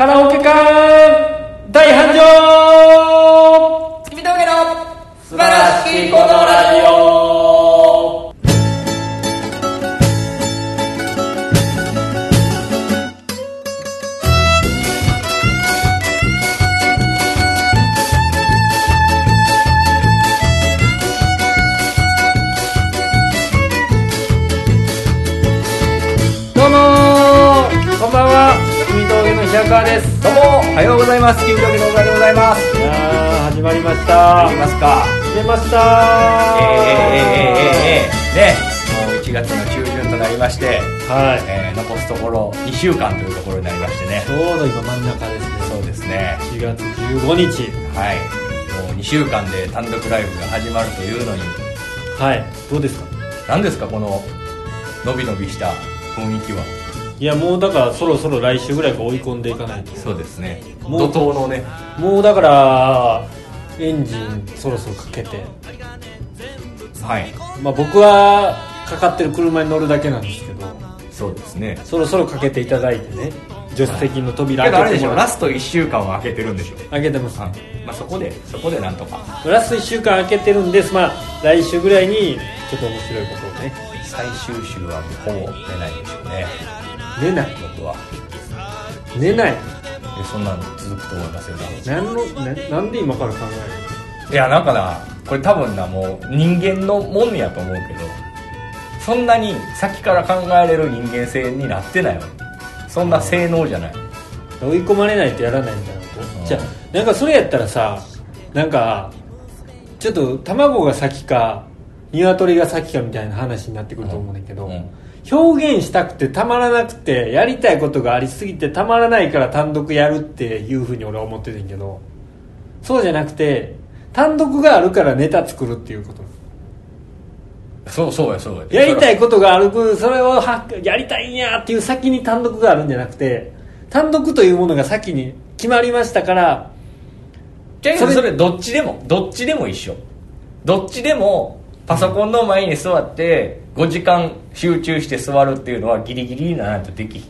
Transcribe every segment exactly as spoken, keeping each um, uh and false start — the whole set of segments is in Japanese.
カラオケ館大繁盛月見峠の素晴らしきこのラジオ。 どうもー、こんばんは。月見峠の平川です。 どうもおはようございます。月見峠の小川でございます。 いやー、始まりました。 始めますか。 出ましたえーえーえーえーえーね、もういちがつの中旬となりまして、 はい、 えー、残すところにしゅうかんというところになりましてね。 ちょうど今真ん中ですね。 そうですね。 しがつじゅうごにち。 はい。もうにしゅうかんで単独ライブが始まるというのに、 はい、どうですか。 何ですかこののびのびした雰囲気は。 いや、もうだからそろそろ来週ぐらいから追い込んでいかないと。 そうですね。 もう怒涛のね。 もうだからエンジンそろそろかけて、 はい。 まあ、僕はかかってる車に乗るだけなんですけど、 そうですね。 そろそろかけていただいてね、助手席の扉けどあれ開けてもらう。 でしょ、ラストいっしゅうかんは開けてるんでしょ。 開けてます、 まあ、そこでそこでなんとかラストいっしゅうかん開けてるんです。まあ来週ぐらいにちょっと面白いことをね。 最終週はほぼ寝ないでしょうね。 寝ない。 僕は寝ない。 えそんなの続くと思いますよ。 なんのななんで今から考えいやなんかな、これ多分な、もう人間のもんやと思うけど、そんなに先から考えれる人間性になってないわ。そんな性能じゃない。 るの。追い込まれないとやらないみたいなこと。じゃあなんかそれやったらさ、なんかちょっと卵が先か鶏が先かみたいな話になってくると思うんだけど、 うんうん、 表現したくてたまらなくて、やりたいことがありすぎてたまらないから単独やるっていうふうに俺は思ってるんけど、そうじゃなくて単独があるからネタ作るっていうこと。 そうそうやそうや。 やりたいことがある分、それをはやりたいんやっていう先に単独があるんじゃなくて、単独というものが先に決まりましたから。 じゃあそれそれどっちでもどっちでも一緒。どっちでもパソコンの前に座ってごじかん集中して座るっていうのはギリギリにならないとできひん。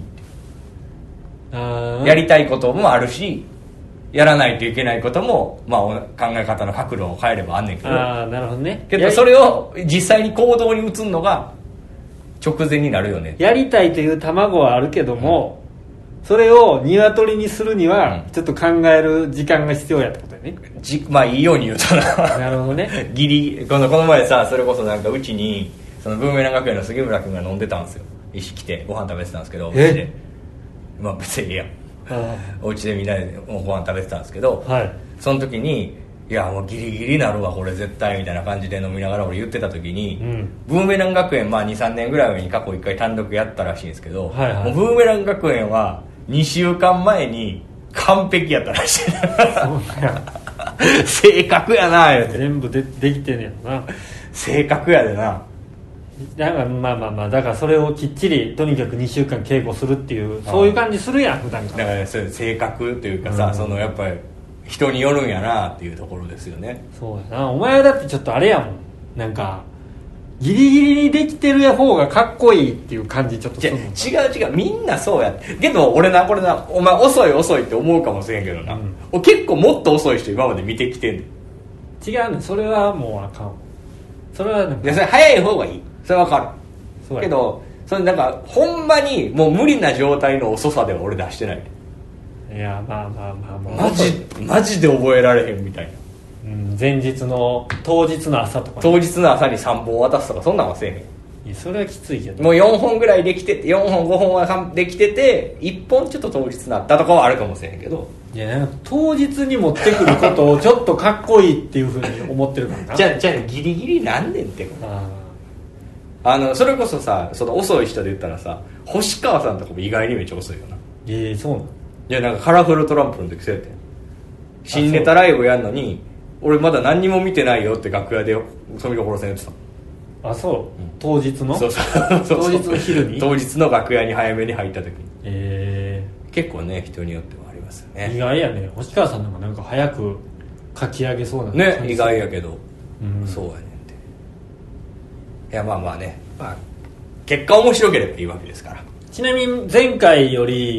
あやりたいこともあるし、やらないといけないことも、まあ、考え方の角度を変えればあんねんけど、 あ、なるほどね。 けどそれを実際に行動に移るのが直前になるよね。 やりたいという卵はあるけども、うん、それを鶏にするにはちょっと考える時間が必要やってことだよね。 じまあいいように言うとななるほどね。 ギリこのこの前さ、それこそなんかうちにそのブーメラン学園の杉村君が飲んでたんですよ。石来てご飯食べてたんですけど、うちで、まあ別にいいやん、お家でみんなでご飯食べてたんですけど、はい、その時にいやもうギリギリなるわこれ絶対みたいな感じで飲みながら俺言ってた時に、うん、ブーメラン学園、まあ にさんねんぐらい前に過去いっかい単独やったらしいんですけど、はいはい、もうブーメラン学園はにしゅうかんまえに完璧やったらしい。そうや正確やな言うて。 全部 で, できてんねやろな。 正確やでな。 だからまあまあまあ、だからそれをきっちりとにかくにしゅうかん稽古するっていう、そういう感じするやん普段から。 だからそれ正確というかさ、うん、そのやっぱり人によるんやなっていうところですよね。 そうやな。お前はだってちょっとあれやもん、なんかギリギリにできてる方がかっこいいっていう感じちょっとする。 違う違う、みんなそうやけど俺な、これな、お前遅い遅いって思うかもしれんけどな、うん、俺結構もっと遅い人今まで見てきてんねん。 違うねん、それはもうあかん。それはなんか、 いやそれ早い方がいい、それは分かる。そうけどそれなんかほんまにもう無理な状態の遅さでは俺出してない。 いやまあまあまあまあ、 マジマジで覚えられへんみたいな。 うん、前日の当日の朝とか、ね、 当日の朝にさんぼん渡すとかそんなんはせえへん。 いやそれはきついけど、 もうよんほんぐらいできてて、よんほんごほんはできてていっぽんちょっと当日になったとかはあるかもしれへんけど、 いやなんか当日に持ってくることをちょっとかっこいいっていうふうに思ってるからな。 じゃあじゃあギリギリなんねんってこと。ああのそれこそさ、その遅い人で言ったらさ、星川さんとかも意外にめっちゃ遅いよな。 ええー、そうなの。 いやなんかカラフルトランプの時そうやって新ネタライブやんのに、俺まだ何にも見てないよって楽屋で富所さん言ってた。 あ、そう、うん、当日のそうそうそう、 当日の昼に当日の楽屋に早めに入った時に、 えー、 結構ね人によってはありますよね。 意外やね。星川さんなんかなんか早く書き上げそうなね、意外やけど、 うん、 そうやねんって。いやまあまあね、まあ結果面白ければいいわけですから。 ちなみに前回より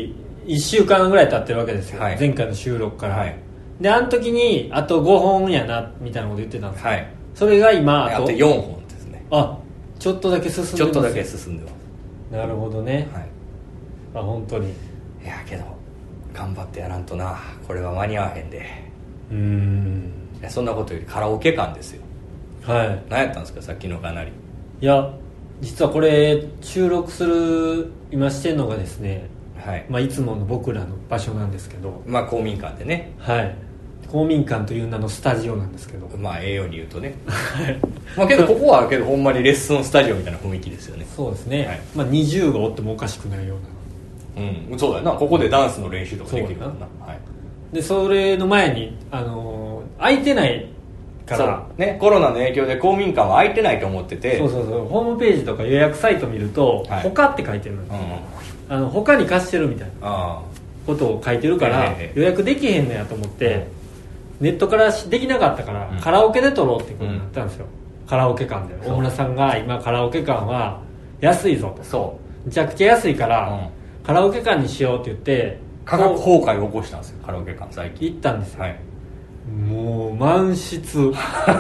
いっしゅうかんぐらい経ってるわけですよ、 はい、 前回の収録から、 はい、 であの時にあとごほんやなみたいなこと言ってたんですよ、 はい、 それが今あとよんほんですね。 あちょっとだけ進んでます。 ちょっとだけ進んでます。 なるほどね、 はい、 あ本当に。 いやけど頑張ってやらんとな、これは間に合わへんで。 うーん、 いやそんなことよりカラオケ館ですよ。 はい。 何やったんですかさっきのかなり。 いや実はこれ収録する今してるのがですね、 はい、 まあ、いつもの僕らの場所なんですけど、 まあ公民館でね、 はい公民館という名のスタジオなんですけど、 まあ栄養に言うとねまあけどここはけどほんまにレッスンスタジオみたいな雰囲気ですよね。 そうですね、はい、まあ、にじゅうがおってもおかしくないような。 うんそうだよな、ここでダンスの練習とかできるからな、はい、 でそれの前に、あのー、空いてないからね、コロナの影響で公民館は空いてないと思ってて、 そうそうそう、ホームページとか予約サイト見ると、はい、他って書いてるの、うん、あの他に貸してるみたいなことを書いてるから、えー、予約できへんのやと思って、うんネットからできなかったから、うん、カラオケで撮ろうってことになったんですよ、うん、カラオケ館で大村さんが今カラオケ館は安いぞと、そうめちゃくちゃ安いから、うん、カラオケ館にしようって言って価格崩壊を起こしたんですよカラオケ館最近行ったんですよ、 はい、 もう満室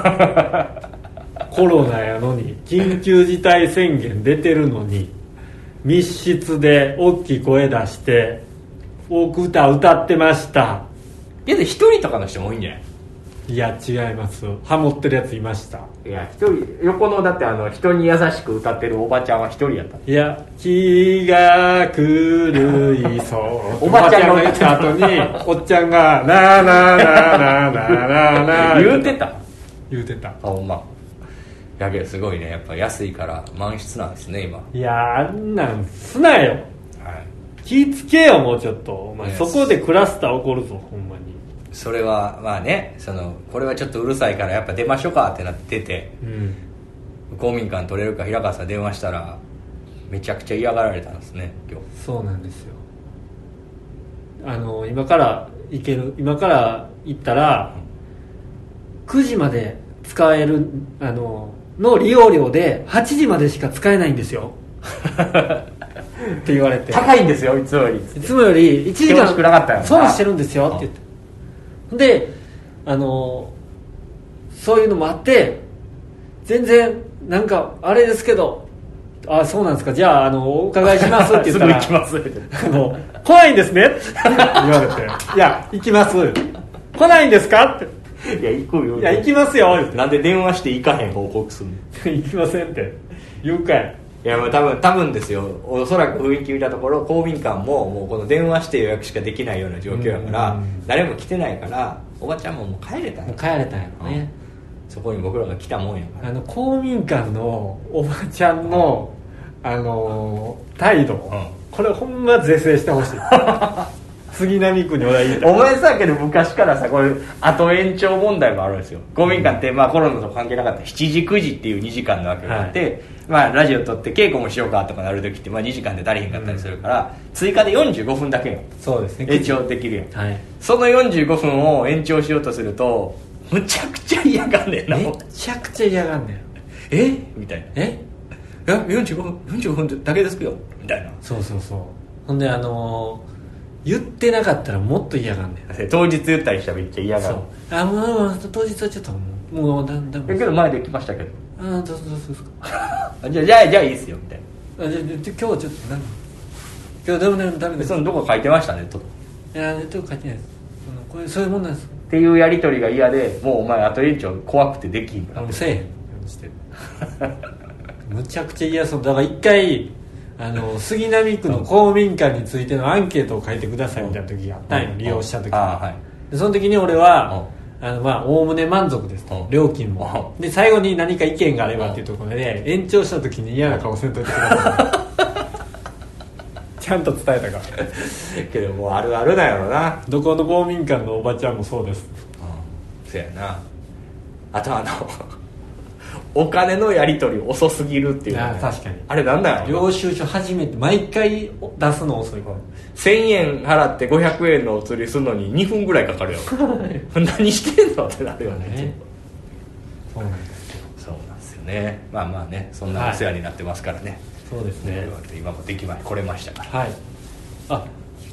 コロナやのに緊急事態宣言出てるのに密室で大きい声出して多く歌歌ってました。 けど一人とかの人も多いんじゃない？ いや違います、ハモってるやついました。 いや一人横のだってあの人に優しく歌ってるおばちゃんは一人やった。 いや気が狂いそうおばちゃんが言った後におっちゃんがなーなーなーなーなーなー言うてた言うてた。あほんまやけどすごいね、やっぱ安いから満室なんですね今。 いやあんなんすなよ、はい、気ぃつけよもうちょっとお前、そこでクラスター起こるぞほんまに。 それはまあね、そのこれはちょっとうるさいからやっぱ出ましょうかってなってて、うん、公民館取れるか平川さん電話したらめちゃくちゃ嫌がられたんですね今日。 そうなんですよ。あの今から行ける今から行ったら、うん、くじまで使えるあのの利用料ではちじまでしか使えないんですよって言われて、 高いんですよいつもよりいつもよりいちじかん損してるんですよって言って、であのそういうのもあって全然なんかあれですけど、あそうなんですか、じゃあ、あのお伺いしますって言ったらすぐ行きますあの来ないんですねって言われていや行きます来ないんですかっていや行くよ、 いや行きますよって、 なんで電話して行かへん報告するの行きませんって言うかい。 いやまあ多分多分ですよ、おそらく雰囲気見たところ公民館ももうこの電話して予約しかできないような状況やから、誰も来てないからおばちゃんももう帰れたんや、 帰れたんやろね、 うん、そこに僕らが来たもんやから。 あの公民館のおばちゃんの、うん、あの態度、うん、これほんま是正してほしい杉並区に俺は言いたい。 お前さけど昔からさこれ後延長問題もあるんですよ。公民館ってまあコロナと関係なかったしちじくじっていうにじかんのわけがあって、はい、まあラジオ撮って稽古もしようかとかなる時ってまあにじかんで足りへんかったりするから、うん、追加でよんじゅうごふんだけよ。 そうですね、 延長できるやん、 はい、 そのよんじゅうごふんを延長しようとするとむちゃくちゃ嫌がんねんな。 めちゃくちゃ嫌がんねんえみたいな。 えいやよんじゅうごふんよんじゅうごふんだけですよみたいな。 そうそうそう。ほんであのー言ってなかったらもっと嫌がんねん。 当日言ったりしたらめっちゃ嫌がる。 そうあもう当日はちょっともうもうだんだんけど前で来ましたけどああどうぞどうぞどうぞじゃあじゃあじゃあいいっすよみたいな。あじゃあ今日はちょっと何今日ダメダメダメです。 そのどこ書いてましたねと。 いやネット書いてないです。これそういうもんなんですっていうやり取りが嫌でもうお前後延長怖くてできんから。 もうせえへんようにしてむちゃくちゃ嫌そうだから一回あの杉並区の公民館についてのアンケートを書いてくださいみたいな時があったんよ、利用した時に、はい、でその時に俺はあのまあおおむね満足ですと、料金もで最後に何か意見があればっていうところで延長した時に嫌な顔せんといてくださいちゃんと伝えたからけどもうあるあるだよな、 どこの公民館のおばちゃんもそうです。 うん、そうやな。あとあのお金のやり取り遅すぎるっていう、ね、 あ確かにあれなんだよ。 領収書初めて毎回出すの遅いからせんえん払ってごひゃくえんのお釣りするのににふんぐらいかかるよ何してんのってなるよね、ね、 そうなんですよ。 そうなんですよね。まあまあねそんなお世話になってますからね、はい、 そうですね。 今もできま来れましたから。 はい。あ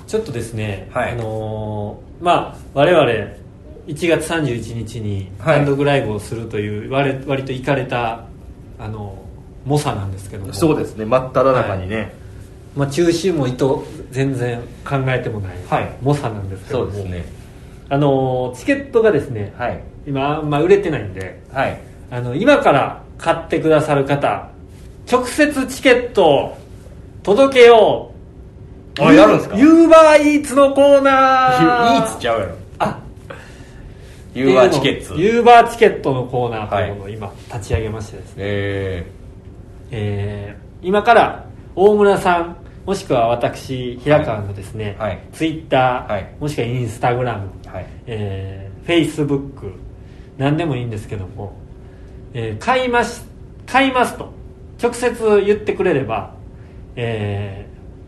ちょっとですね、 はい、 あのー、まあ我々いちがつさんじゅういちにちに単独ライブをするという、はい、割とイカれたあの猛者なんですけども、 そうですね、真っ只中にね、はい、 まあ、中止も意図全然考えてもない猛者なんですけども、 そうですね、 あのチケットがですね、はい、今、まあ、売れてないんで、はい、あの今から買ってくださる方直接チケットを届けよう。 あ、やるんですか。 ユーバーイーツのコーナー。 イーツちゃうやろ。あ、ユーバーチケットユーバーチケットのコーナーというものを今立ち上げましてですね、 えーえー、今から大村さんもしくは私平川のですね、はい、ツイッター、はい、もしくはインスタグラム、はい、えー、フェイスブック何でもいいんですけども、えー、買います買いますと直接言ってくれれば、え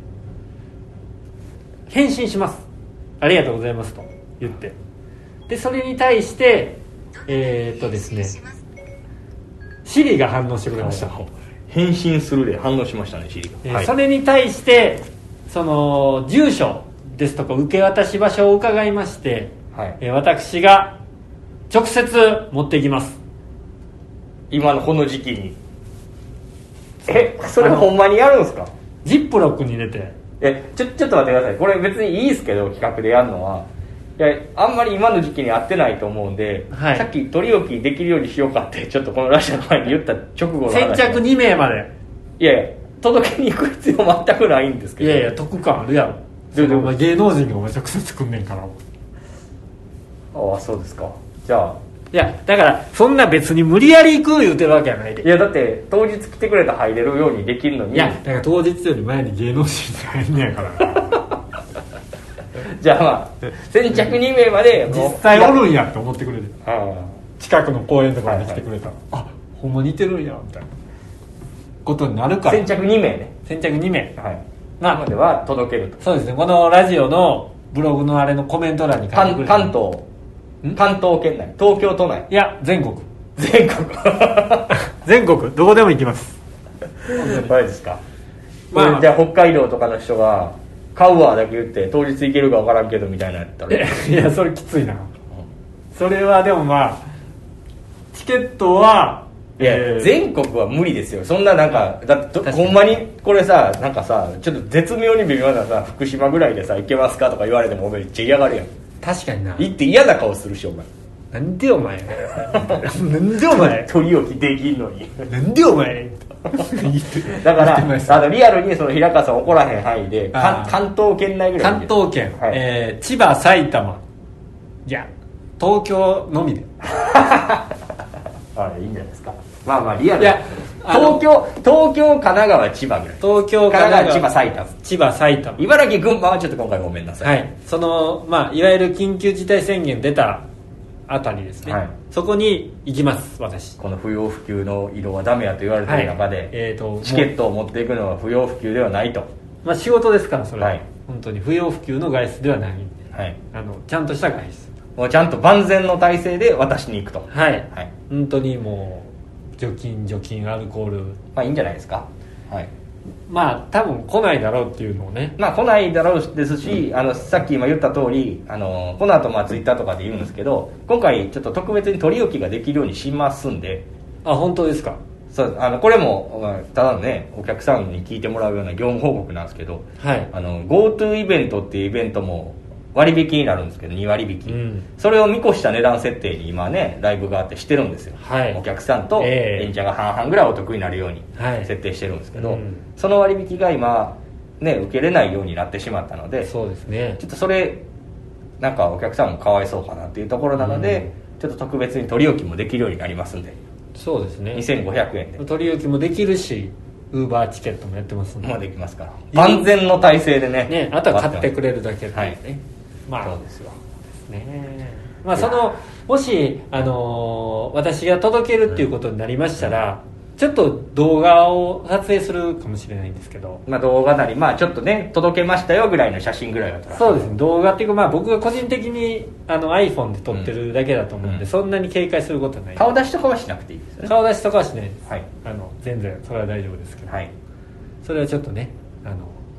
ー、返信します、ありがとうございますと言って、でそれに対してえー、っとですねシリが反応してくれました。 返信するで反応しましたね、シリが、 えーはい、それに対してその住所ですとか受け渡し場所を伺いまして、はい、えー、私が直接持っていきます。 今のこの時期に。え、それほんまにやるんですか。 ジップロックに入れて。 え、ちょちょっと待ってください。これ別にいいですけど、企画でやるのは、いやあんまり今の時期に合ってないと思うんで、はい、さっき取り置きできるようにしようかってちょっとこのラジオの前に言った直後の話。 先着にめいまで。 いやいや、届けに行く必要全くないんですけど。 いやいや、得感あるやろ。でもお前芸能人がお前直接来んねんから。 ああ、そうですか。じゃあ、 いやだからそんな別に無理やり行く言うてるわけやないで。 いやだって当日来てくれたら入れるようにできるのに。 いやだから当日より前に芸能人が入んねやからじゃあまあ先着にめいまで実際おるんやって思ってくれる。近くの公園とかに来てくれたら、はいはい、あ、ほんま似てるんやみたいなことになるから。 先着にめいね。 先着にめい、 はい、まあまでは届けると。 そうですね、このラジオのブログのあれのコメント欄に書いてくれる。 関東関東圏内、東京都内、 いや全国全国全国どこでも行きます。 マジですか。まあ、まあ、じゃあ北海道とかの人が買うわだけ言って当日行けるか分からんけどみたいなやったらいやそれきついな、うん、それはでもまあチケットはいや、えー、全国は無理ですよ。そんななんかだってほんまにこれさ、なんかさちょっと絶妙に微妙なさ福島ぐらいでさ行けますかとか言われてもめっちゃ嫌がるやん。 確かにな。 行って嫌な顔するしお前。 なんでお前なんでお前取り置きできんのになんでお前だからあのリアルにその平川さん怒らへん範囲で関東圏内ぐらい。 関東圏、はい、えー、千葉埼玉、いや東京のみであれいいんじゃないですか。まあまあリアル。いや東京東京神奈川千葉ぐらい。 東京神奈川千葉埼玉千葉埼玉茨城群馬はちょっと今回ごめんなさい。 はい、そのまあいわゆる緊急事態宣言出たあたりですね、はい、そこに行きます私。 この不要不急の移動はダメやと言われてる中で、はい、えー、とチケットを持っていくのは不要不急ではないと。 まあ仕事ですからそれは、はい、本当に不要不急の外出ではないんで、はい、あのちゃんとした外出、 もうちゃんと万全の体制で渡しに行くと。 はい、はい、本当にもう除菌除菌アルコール、 まあいいんじゃないですか。はい、 まあ多分来ないだろうっていうのをね。 まあ来ないだろうですし、うん、あのさっき今言った通り、あのこの後まあツイッターとかで言うんですけど、今回ちょっと特別に取り置きができるようにしますんで。 あ、本当ですか。 そう、あのこれもただのねお客さんに聞いてもらうような業務報告なんですけど、はい、あの GoTo イベントっていうイベントも割引になるんですけどに割引、うん、それを見越した値段設定に今ねライブがあってしてるんですよ、はい、お客さんと演者が半々ぐらいお得になるように設定してるんですけど、はい、うん、その割引が今ね受けれないようになってしまったので、 そうですね、 ちょっとそれなんかお客さんもかわいそうかなっていうところなので、うん、ちょっと特別に取り置きもできるようになりますんで。 そうですね、 にせんごひゃくえんで取り置きもできるしウーバーチケットもやってますんで、 もうできますから万全の体制で ね, ねあとは買ってくれるだけでね、はい、まあそうですよね。まあそのもし、あのー、私が届けるっていうことになりましたら、うん、ちょっと動画を撮影するかもしれないんですけど、 まあ動画なり、まあちょっとね届けましたよぐらいの写真ぐらいだったら。 そうですね、動画っていうかまあ僕が個人的にあの iPhone で撮ってるだけだと思うんで、うん、そんなに警戒することはない。 顔出しとかはしなくていいですよね。 顔出しとかはしないです、 はい、 あの全然それは大丈夫ですけど、 はい、 それはちょっとねあの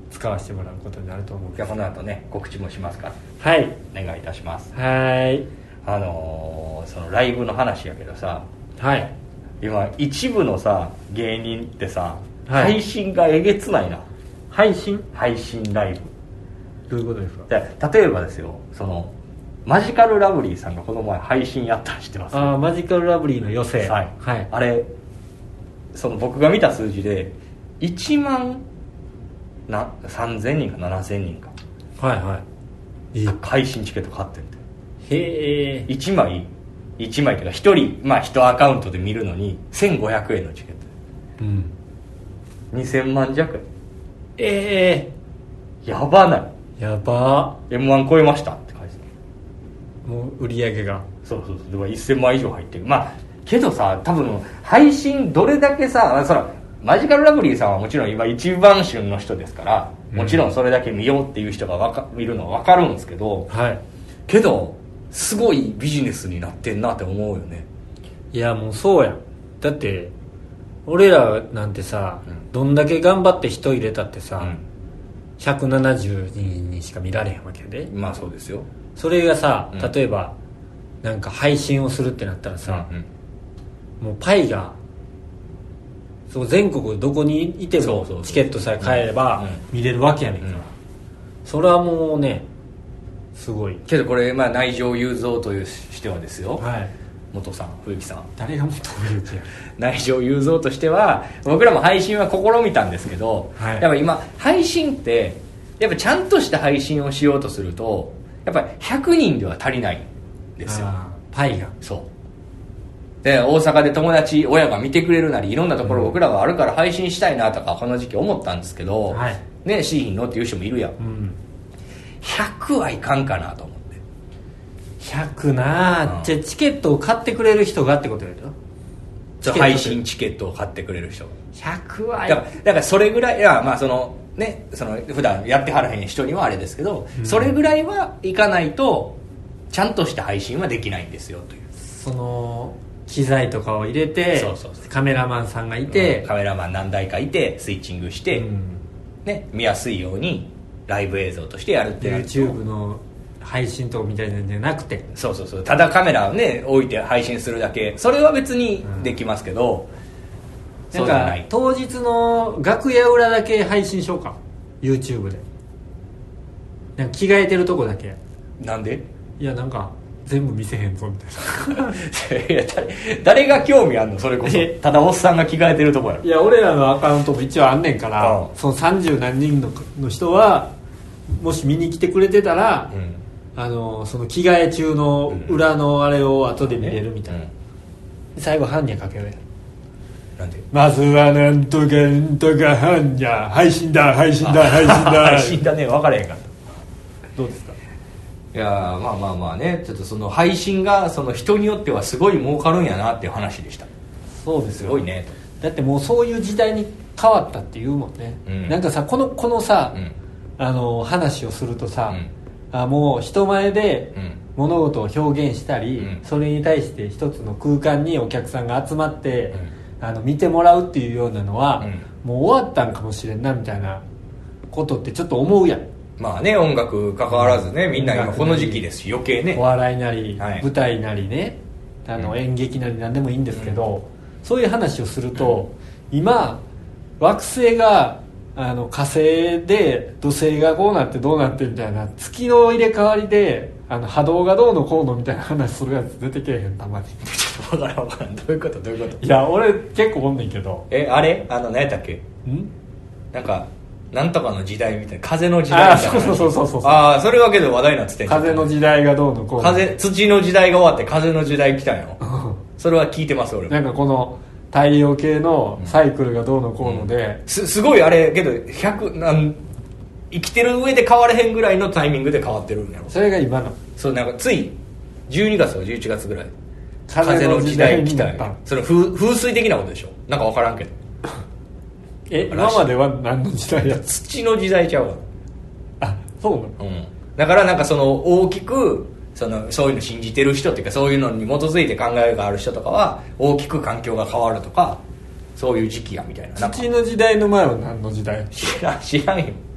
使わせてもらうことになると思う。 じゃあこの後ね告知もしますからはいお願いいたします。 はいあのー、そのライブの話やけどさ、 はい今一部のさ芸人ってさ、 はい、 配信がえげつないな。 配信配信ライブどういうことですか？ で例えばですよ、そのマジカルラブリーさんがこの前配信やったの知ってます？ ああマジカルラブリーの余生、 はい、はい、あれその僕が見た数字でいちまんなさんぜんにんかななせんにんかはいはい配信チケット買ってんて。 へえいちまいいちまいっていうかひとりまあいちアカウントで見るのにせんごひゃくえんのチケット、うん、にせんまん弱。 ええー、やばない？ やばエムワン 超えましたって書いてた。もう売り上げがそうそうそう、でもせんまん以上入ってる。まあけどさ、多分配信どれだけさ、そらマジカルラブリーさんはもちろん今一番旬の人ですから、もちろんそれだけ見ようっていう人がわか見るのは分かるんですけど、 はい、 けどすごいビジネスになってんなって思うよね。 いやもうそうやん。だって俺らなんてさ、うん、どんだけ頑張って人入れたってさ、うん、ひゃくななじゅうにんにしか見られへんわけで。 まあそうですよ。 それがさ、うん、例えばなんか配信をするってなったらさ、うんうん、もうパイがそう全国どこにいてもチケットさえ買えれば見れるわけやねんから、うんうん、それはもうねすごいけどこれまあ内情雄三というしてはですよ、 はい、 元さん冬木さん誰が元冬木や内情雄三としては僕らも配信は試みたんですけど、はい、やっぱ今配信ってやっぱちゃんとした配信をしようとするとやっぱりひゃくにんでは足りないんですよ。 パイがそうで大阪で友達親が見てくれるなりいろんなところ僕らがあるから配信したいなとかこの時期思ったんですけど、はい、ねしーひんのっていう人もいるやん、うん、ひゃくはいかんかなと思ってひゃくなあ、うん、じゃあチケットを買ってくれる人がってことやろ。 配信チケットを買ってくれる人ひゃくはだから、だからそれぐらいいやまあそのねその普段やってはらへん人にはあれですけど、うん、それぐらいはいかないとちゃんとした配信はできないんですよというその機材とかを入れてそうそうそうカメラマンさんがいて、 うん、カメラマン何台かいてスイッチングして、うんね、見やすいようにライブ映像としてやるってなると YouTube の配信とかみたいなんじゃなくてそうそうそうただカメラをね置いて配信するだけそれは別にできますけど、 うん、なんか当日の楽屋裏だけ配信しようか YouTube でなんか着替えてるとこだけなんでいやなんか全部見せへんぞみたいないや 誰, 誰が興味あんのそれこそただおっさんが着替えてるとこやろ。 いや俺らのアカウントも一応あんねんから、うん、そのさんじゅうなんにん の, の人はもし見に来てくれてたら、うん、あのその着替え中の裏のあれを後で見れるみたいな、うんうん、最後ハンニャかけようやなんでまずはなんとかなんとかハンニャ配信だ配信だ配信だ配信だね分からへんかったどうですか。 いやまあまあまあねちょっとその配信がその人によってはすごい儲かるんやなっていう話でした。 そうですよすごいね。 だってもうそういう時代に変わったって言うもんね、うん、なんかさこのこのさ、うん、あの話をするとさ、うん、あもう人前で物事を表現したり、うん、それに対して一つの空間にお客さんが集まって、うん、あの見てもらうっていうようなのは、うん、もう終わったんかもしれんなみたいなことってちょっと思うやん。 まあね音楽関わらずねみんな今この時期ですし余計ねお笑いなり、はい、舞台なりねあの演劇なり何でもいいんですけど、うん、そういう話をすると、うん、今惑星があの火星で土星がこうなってどうなってみたいな月の入れ替わりであの波動がどうのこうのみたいな話するやつ出てけえへんたまにちょっと分からん分からんどういうことどういうこといや俺結構おんねんけどえあれあの何やったっけんなんかなんとかの時代みたいな風の時代みたいなあそうそうそうそうそうああそれはけど話題になってて風の時代がどうのこうの風土の時代が終わって風の時代来たんよそれは聞いてます俺なんかこの太陽系のサイクルがどうのこうので、うん、 す, すごいあれけどひゃくなん生きてる上で変われへんぐらいのタイミングで変わってるんやろそれが今のそうなんかついじゅうにがつとかじゅういちがつぐらい風の時代来たんやそれ 風, 風水的なことでしょなんか分からんけどえ今までは何の時代や土の時代ちゃうわあそうなの、 うん、だからなんかその大きくそのそういうの信じてる人っていうかそういうのに基づいて考えがある人とかは大きく環境が変わるとかそういう時期やみたいな土の時代の前は何の時代知らん知らんよ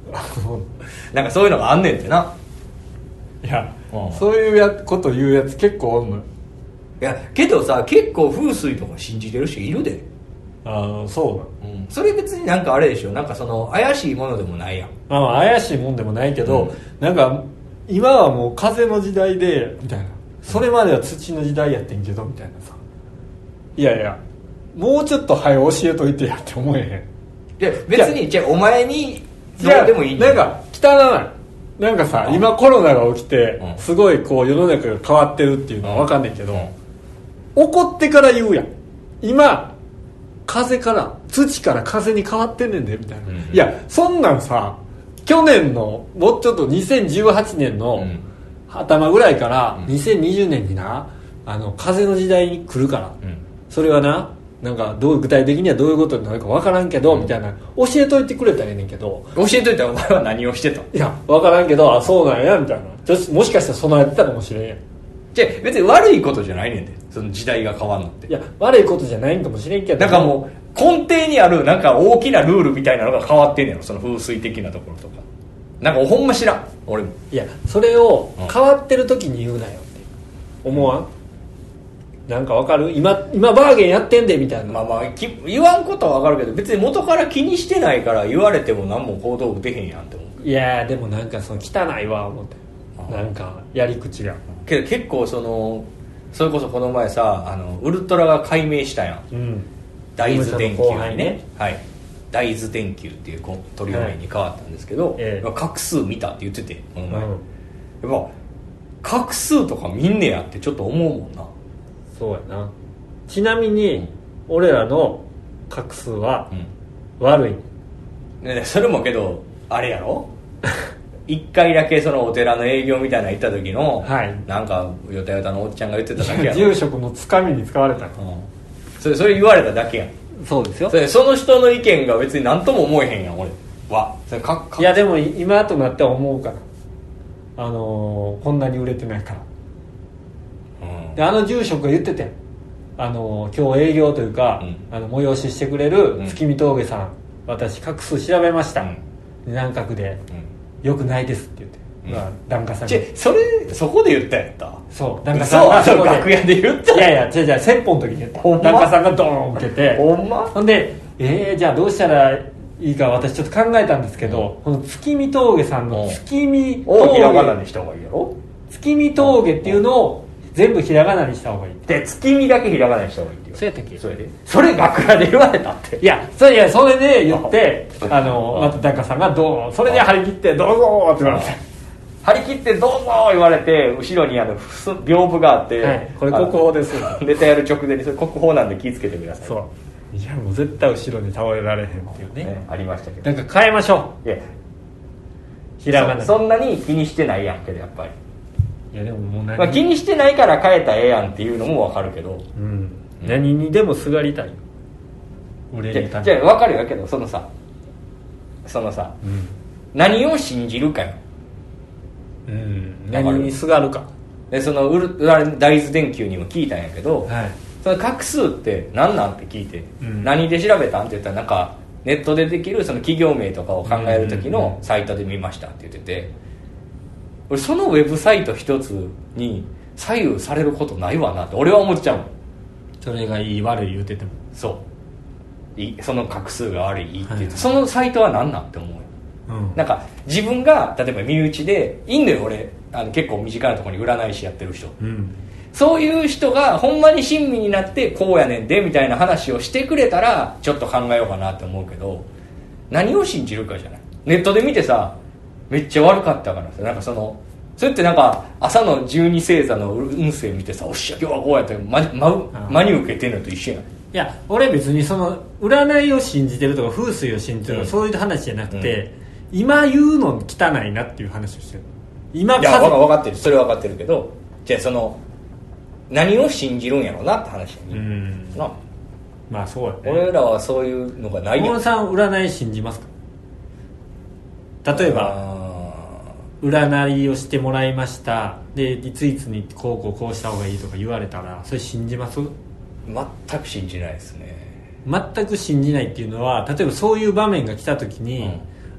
なんかそういうのがあんねんってな。 いや、うん、そういうやこと言うやつ結構おんの。いやけどさ、結構風水とか信じてる人いるで。 ああ、そうなの、 うん、それ別になんかあれでしょ、なんかその怪しいものでもないやん。 まあ怪しいもんでもないけど、うん、なんか今はもう風の時代でみたいな、それまでは土の時代やってんけどみたいなさ、いやいやもうちょっと早く教えといてやって思えへん。 いや別にじゃあお前にどうでもいいんだよ。なんか汚ないなんかさ、うん、今コロナが起きて、うん、すごいこう世の中が変わってるっていうのは分かんないけど、うん、怒ってから言うやん。今風から土から風に変わってんねんでみたいな、うんうん、いやそんなんさ去年のもうちょっとにせんじゅうはちねんの頭ぐらいからにせんにじゅうねんにな、あの風の時代に来るから、うん、それはななんかどう具体的にはどういうことになるか分からんけど、うん、みたいな教えといてくれたらええねんけど。 教えといたらお前は何をしてた？ いや分からんけど、あそうなんやみたいな、もしかしたら備えてたかもしれんやん。 じゃあ別に悪いことじゃないねんで、その時代が変わるのって。 いや悪いことじゃないんかもしれんけど、 なんかもう根底にあるなんか大きなルールみたいなのが変わってんねん、その風水的なところとか。なんかほんま知らん俺も。 いやそれを変わってる時に言うなよって思わん、うん、なんかわかる？今今バーゲンやってんでみたいな。 まあまあ言わんことはわかるけど、別に元から気にしてないから言われても何も行動出へんやんって思う。 いやでもなんかその汚いわ思って、なんかやり口が。 けど結構そのそれこそこの前さ、あのウルトラが解明したやん、うん、大豆電球に ね, ね、はい、大豆電球っていう鳥名に変わったんですけど、はいええ、画数見たって言っててこの前、うん、やっぱ画数とか見んねやってちょっと思うもんな。 そうやな。ちなみに、うん、俺らの画数は悪い、 うんね、それもけどあれやろ一回だけそのお寺の営業みたいなの行った時の、はい、なんかヨタヨタのおっちゃんが言ってただけやろ。 住職のつかみに使われた、うん、 それそれ言われただけやん。 そうですよ。 それその人の意見が別に何とも思えへんやん俺は。それかかいやでも今となっては思うから、あのー、こんなに売れてないから、うん、であの住職が言ってて、あのー、今日営業というか、うん、あの催ししてくれる月見峠さん、うん、私画数調べました、うん、南角で、うん、よくないですって言って、うんまあ、檀家さんがそれそこで言ったやったそう檀家さんがそう楽屋で言った。 いやいや違う違う先方の時に言った。檀家さんがドーン受けてほんまほんでえー、じゃあどうしたらいいか私ちょっと考えたんですけど、うん、この月見峠さんの月見峠をひらがなにした方がいいやろ。 月見峠っていうのを全部ひらがなにした方がいいで月見だけひらがなにした方がいいって。 そうやったっけ。 それでそれ楽屋で言われたって。 いやそれいやそれで言ってあのまた檀家さんがどうそれで張り切ってどうぞって言われて張り切ってどうぞ言われて後ろにあの屏風があって、はい、 これ国宝ですネタやる直前にそれ国宝なんで気をつけてください。 そういやもう絶対後ろに倒れられへんっていうね、ねありましたけどなんか変えましょう。いやひらがなそ, そんなに気にしてないやんけどやっぱり。 いやでももう何、 まあ、気にしてないから変えたらええやんっていうのも分かるけど、 うん、何にでもすがりたい俺にたじゃあ分かるよけどそのさそのさ、うん、何を信じるかよ。 うん、何にすがるかでそのウル大豆電球にも聞いたんやけど、はい、その画数って何なんって聞いて、うん、何で調べたんって言ったらなんかネットでできるその企業名とかを考える時のサイトで見ましたって言ってて、俺そのウェブサイト一つに左右されることないわなって俺は思っちゃうの。 それがいい悪い言うててもそういその画数が悪いいいって言って、はい、そのサイトは何なんって思う。うん、なんか自分が例えば身内でいいんだよ俺あの結構身近なところに占い師やってる人、うん、そういう人がほんまに親身になってこうやねんでみたいな話をしてくれたらちょっと考えようかなって思うけど、何を信じるかじゃない。ネットで見てさめっちゃ悪かったからさなんかそのそれってなんか朝の十二星座の運勢見てさおっしゃ今日はこうやって真真に受けてんのと一緒やん。 いや俺別にその占いを信じてるとか風水を信じてるとか、うん、そういう話じゃなくて、うん今言うの汚いなっていう話をしてる。今いや分かってるそれは分かってるけどじゃあその何を信じるんやろうなって話にうんなまあそうやね。 俺らはそういうのがないやん。 小野さん占い信じますか。例えば占いをしてもらいましたでいついつにこうこうこうした方がいいとか言われたらそれ信じます。 全く信じないですね。 全く信じないっていうのは例えばそういう場面が来た時に、うん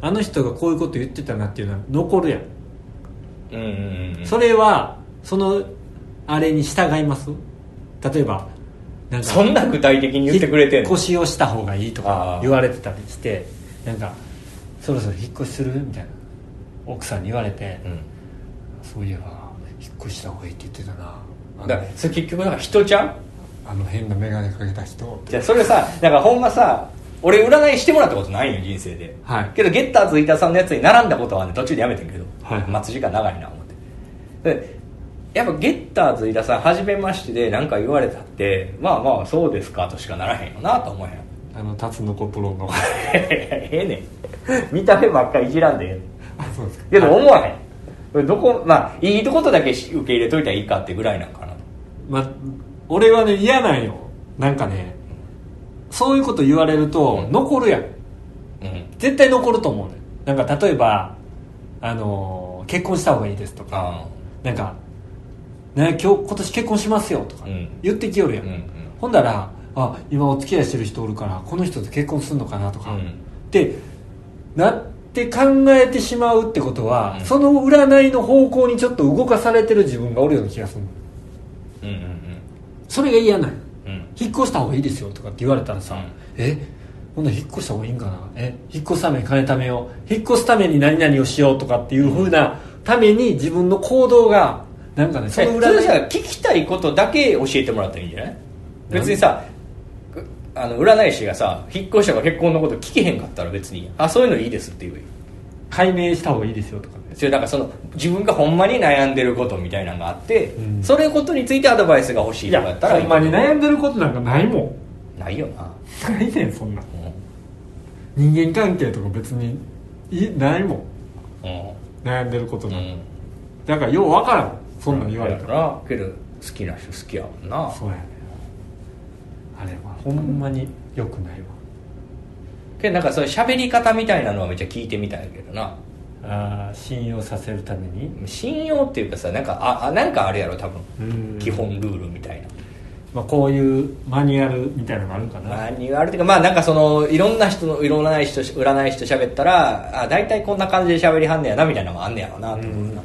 あの人がこういうこと言ってたなっていうのは残るやん、 うんうんうん、 それはそのあれに従います？例えばなんかそんな具体的に言ってくれてんの？ 引っ越しをした方がいいとか言われてたりして、なんかそろそろ引っ越しするみたいな奥さんに言われて、うん、そういえば引っ越した方がいいって言ってたな。 だからそれ結局なんか人ちゃう？ あの変な眼鏡かけた人。 じゃあそれさ、だからほんまさ、俺占いしてもらったことないよ人生で、はい、けどゲッターズ伊田さんのやつに並んだことはね途中でやめてんけど、はい、待つ時間長いな思ってでやっぱゲッターズ伊田さん初めましてで何か言われたってまあまあそうですかとしかならへんよなと思えへん。 あのタツノコプロのええねん見た目ばっかりいじらんでええねん。 あそうですか。 けど思わへん、はい、どこまあいいとことだけ受け入れといたらいいかってぐらいなんかな。 まあ俺はね嫌なんよ。なんかねそういうこと言われると残るやん、うん、絶対残ると思うね。なんか例えばあのー、結婚した方がいいですとか、なんか、ね、今日今年結婚しますよとか言ってきよるやん、うんうん、ほんだらあ今お付き合いしてる人おるからこの人と結婚するのかなとか、うん、ってなって考えてしまうってことは、うん、その占いの方向にちょっと動かされてる自分がおるような気がする、うんうんうん、それが嫌なんよ、うん、引っ越した方がいいですよとかって言われたらさ、うん、えほんなら引っ越した方がいいんかな、え引っ越すために金貯めよう、引っ越すために何々をしようとかっていう風なために自分の行動がなんかね、 その裏で聞きたいことだけ教えてもらったらいいんじゃない？別にさあの占い師がさ引っ越したか結婚のこと聞けへんかったら別にあそういうのいいですって言うよ。 解明した方がいいですよとかね。 それなんかその自分がほんまに悩んでることみたいなのがあって、うん、それことについてアドバイスが欲しいとかやったらいい。 ほんまに悩んでることなんかないもん。ないよな。 ないねんそんな、うん、人間関係とか別にいないもん、うん、悩んでることなんか、うん、だからよう分からんそんなん言われたら、 けど好きな人好きやもんな。 そうやね。あれはほんまに良くないわ。 けどなんかそういう喋り方みたいなのはめっちゃ聞いてみたいけどな。 あ信用させるために。 信用っていうかさなんかああなんかあるやろ多分基本ルールみたいな、 まあ、こういうマニュアルみたいなのがあるかな。 マニュアルっていうかまあなんかそのいろんな人の占い師と占い師と喋ったらあ大体こんな感じで喋りはんねやなみたいなのがあんねやろなと思うな。うんうん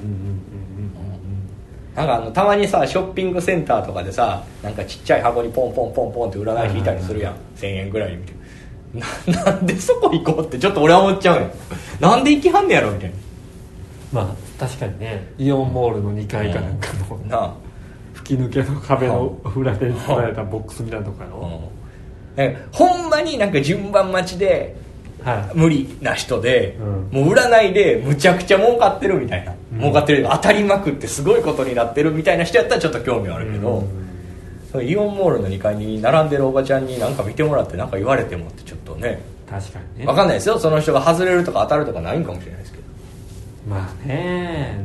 なんかあのたまにさショッピングセンターとかでさなんかちっちゃい箱にポンポンポンポンって占い引いたりするやん、うん、せんえんぐらい見て な, なんでそこ行こうってちょっと俺は思っちゃうよ。なんで行きはんねやろみたいな。 まあ確かにねイオンモールのにかいかなんかの、うん、な吹き抜けの壁の裏で作られたボックスみたいなとこやろ、 うん、ほんまになんか順番待ちではい、無理な人で、うん、もう占いでむちゃくちゃ儲かってるみたいな、うん、儲かってる当たりまくってすごいことになってるみたいな人やったらちょっと興味あるけど、うん、イオンモールのにかいに並んでるおばちゃんに何か見てもらって何か言われてもってちょっとね確かにね分かんないですよ。その人が外れるとか当たるとかないんかもしれないですけどまあね、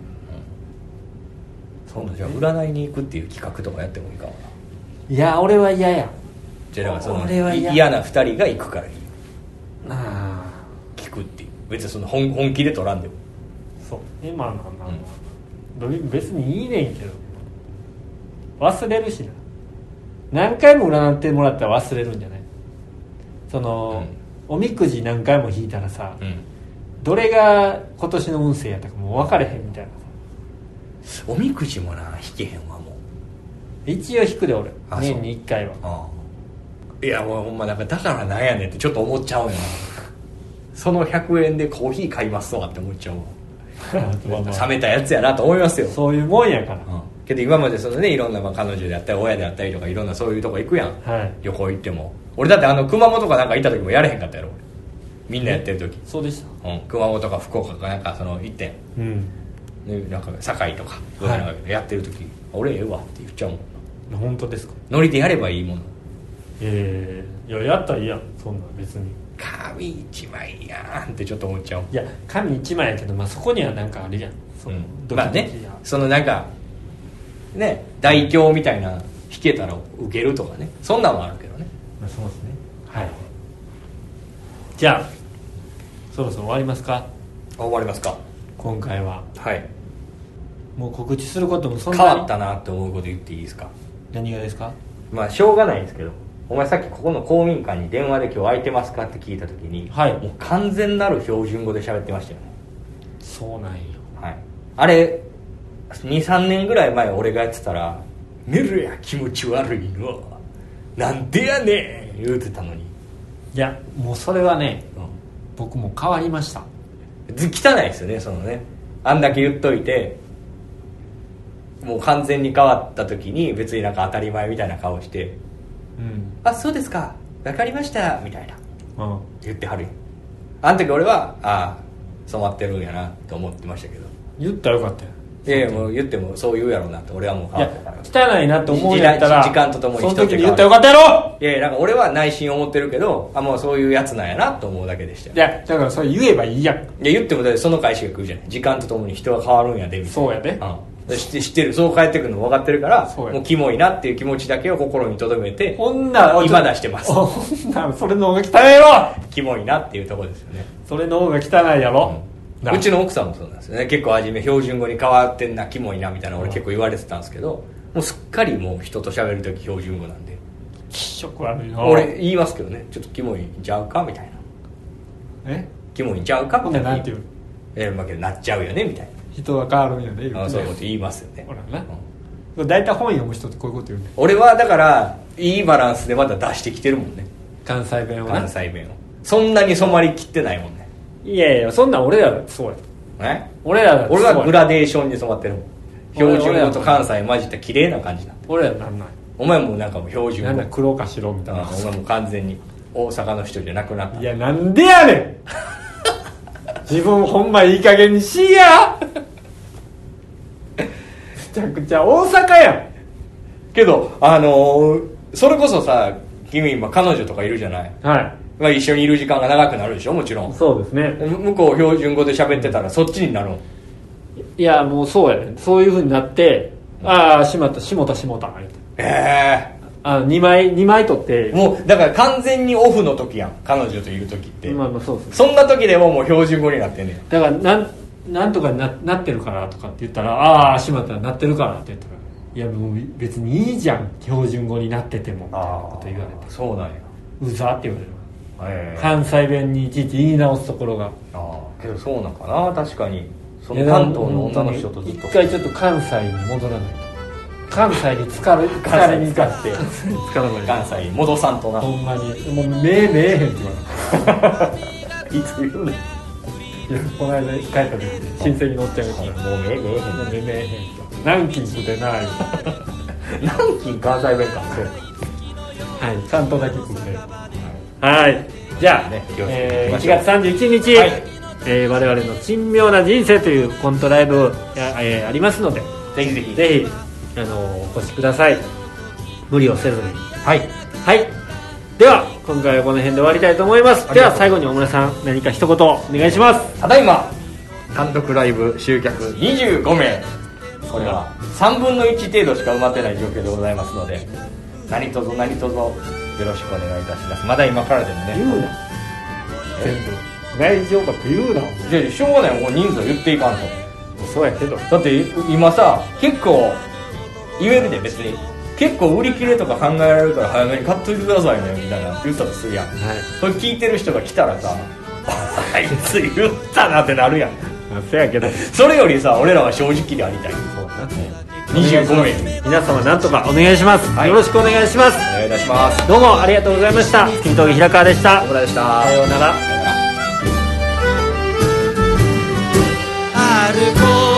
うん、そうじゃあ占いに行くっていう企画とかやってもいいかもな。 いや俺は嫌や。 じゃあだからその嫌なふたりが行くからいいあ聞くっていう別にその 本, 本気で取らんでもそう今のな、うん、別にいいねんけど忘れるしな。何回も占ってもらったら忘れるんじゃない？その、うん、おみくじ何回も引いたらさ、うん、どれが今年の運勢やったかもう分かれへんみたいなさ。おみくじもな引けへんわもう。一応引くで俺年にいっかいは。 ああいやもうほんまなんかだからなんやねんってちょっと思っちゃうよなそのひゃくえんでコーヒー買いますとかって思っちゃうわ冷めたやつやなと思いますよ。 そういうもんやから、 うん、けど今までそのねいろんなまあ彼女であったり親であったりとかいろんなそういうとこ行くやん、はい、旅行行っても俺だってあの熊本かなんか行った時もやれへんかったやろみんなやってる時。 そうでした、 うん、熊本か福岡かなんかその行ってん、うんね、なんか堺とか、はい、やってる時俺ええわって言っちゃうもん。 本当ですか？ ノリでやればいいもの。 えー、いややったらいいやんそんな別に。 紙一枚やんってちょっと思っちゃう。 いや紙一枚やけど、まあ、そこにはなんかあるやんその、うん、ドキドキまあねそのなんかね代表みたいな弾けたら受けるとかねそんなんもあるけどね。 まあ、そうですね。はいじゃあそろそろ終わりますか？ 終わりますか今回は。 はいもう告知することもそんなに変わったなって思うこと言っていいですか？ 何がですか？ まあしょうがないんですけどお前さっきここの公民館に電話で今日空いてますかって聞いた時に、 はい、 もう完全なる標準語で喋ってましたよね。 そうなんよ、 はい、あれ にさんねんぐらい前俺がやってたら「寝るや気持ち悪いのなんでやねん」言うてたのに、 いやもうそれはね、うん、僕も変わりました。 汚いですよね、そのね、あんだけ言っといてもう完全に変わった時に別になんか当たり前みたいな顔して、うん、あそうですか分かりましたみたいな、うん、言ってはるよ。あの時俺はああ染まってるんやなと思ってましたけど、 言ったらよかったよ。 いやいやもう言ってもそう言うやろうなって俺はもう変わったから、 汚いなって思うんやったら時間とともにその時に言ったらよかったやろ。 いやいやなんか俺は内心思ってるけど、あもうそういうやつなんやなと思うだけでしたよ。 いやだからそれ言えばいいやん。いや言ってもだってその返しが来るじゃない、時間とともに人は変わるんやでみたいな。 そうやで、 うん、知って知ってる、そう帰ってくるの分かってるから、もうキモいなっていう気持ちだけを心に留めて女今出してます。 女それの方が汚いやろ。 キモいなっていうところですよね。 それの方が汚いやろ、 うん、うちの奥さんもそうなんですよね。結構初め標準語に変わってんなキモいなみたいな俺結構言われてたんですけど、もうすっかりもう人と喋るとき標準語なんで気色悪いな。 俺言いますけどね、ちょっとキモいんちゃうかみたいな、えキモいんちゃうかみたいな、 なんていうえまあけどなっちゃうよねみたいな、 人は変わるんやね、 あそういうこと言いますよね。 ほらな、うん、大体本読む人ってこういうこと言うね。 俺はだからいいバランスでまだ出してきてるもんね、 関西弁を。 関西弁をそんなに染まりきってないもんね。 いやいやそんなん俺らだってそうや。え俺らだって俺はグラデーションに染まってるもん。標準語と関西混じった綺麗な感じなんで。 俺らなんない。 お前もなんかもう標準語なんだ黒か白みたいな。 お前も完全に大阪の人じゃなくなった。 いやなんでやねん自分ほんまいい加減にしいやめちゃくちゃ大阪やん。 けどあのー、それこそさ君今彼女とかいるじゃない。はい。まあ、一緒にいる時間が長くなるでしょもちろん。 そうですね。 向こう標準語で喋ってたらそっちになるの。 いやもうそうやね。そういう風になって、ああしまったしもたしもたええー、あにまいにまい取ってもうだから完全にオフの時やん彼女といる時って。 まあまあそうですね。 そんな時でももう標準語になってんねん。 だからなんなんとか な, なってるからとかって言ったら、ああしまったなってるからって言ったら、いやもう別にいいじゃん標準語になっててもみたいなこと言われて。 そうなんや。 うざって言われる。関西弁にいちいち言い直すところが。 ああけどそうなんかな。確かにその関東の女の人とずっと一回ちょっと関西に戻らないと。関西に疲れ疲れに行かして疲れない関西に戻さんとな。 ほんまにもう目見えへんって言われるいつ言うねん。いやこの間帰った時に親戚のおっちゃんが言ったらもう目見えへんもう目見えへん南京でない南京関西弁か。そうはいちゃんとだけ聞いてる。はいじゃあ、ねえー、いちがつさんじゅういちにち、はいえー、我々の珍妙な人生というコントライブや、えー、ありますのでぜひぜひぜひあのお越しください。無理をせずに。 はいはいでは今回はこの辺で終わりたいと思います。では最後に大村さん何か一言お願いします。 ただいま単独ライブ集客にじゅうごめい、これはさんぶんのいち程度しか埋まってない状況でございますので、何卒何卒よろしくお願いいたします。まだ今からでもね言うな全部大丈夫かって言うな。 じゃあしょうがないもう人数言っていかんと。 そうやけどだって今さ結構言えるで別に結構売り切れとか考えられるから早めに買っといてくださいねみたいな言ったとするやん、はい、それ聞いてる人が来たらさあいつ言ったなってなるやん。 そうやけどそれよりさ俺らは正直でありたい。そうだねにじゅうごめい皆様なんとかお願いします、はい、よろしくお願いします。 お願いいたします。 どうもありがとうございました。金峠平川でした。 小倉でした。 さようなら。 歩こう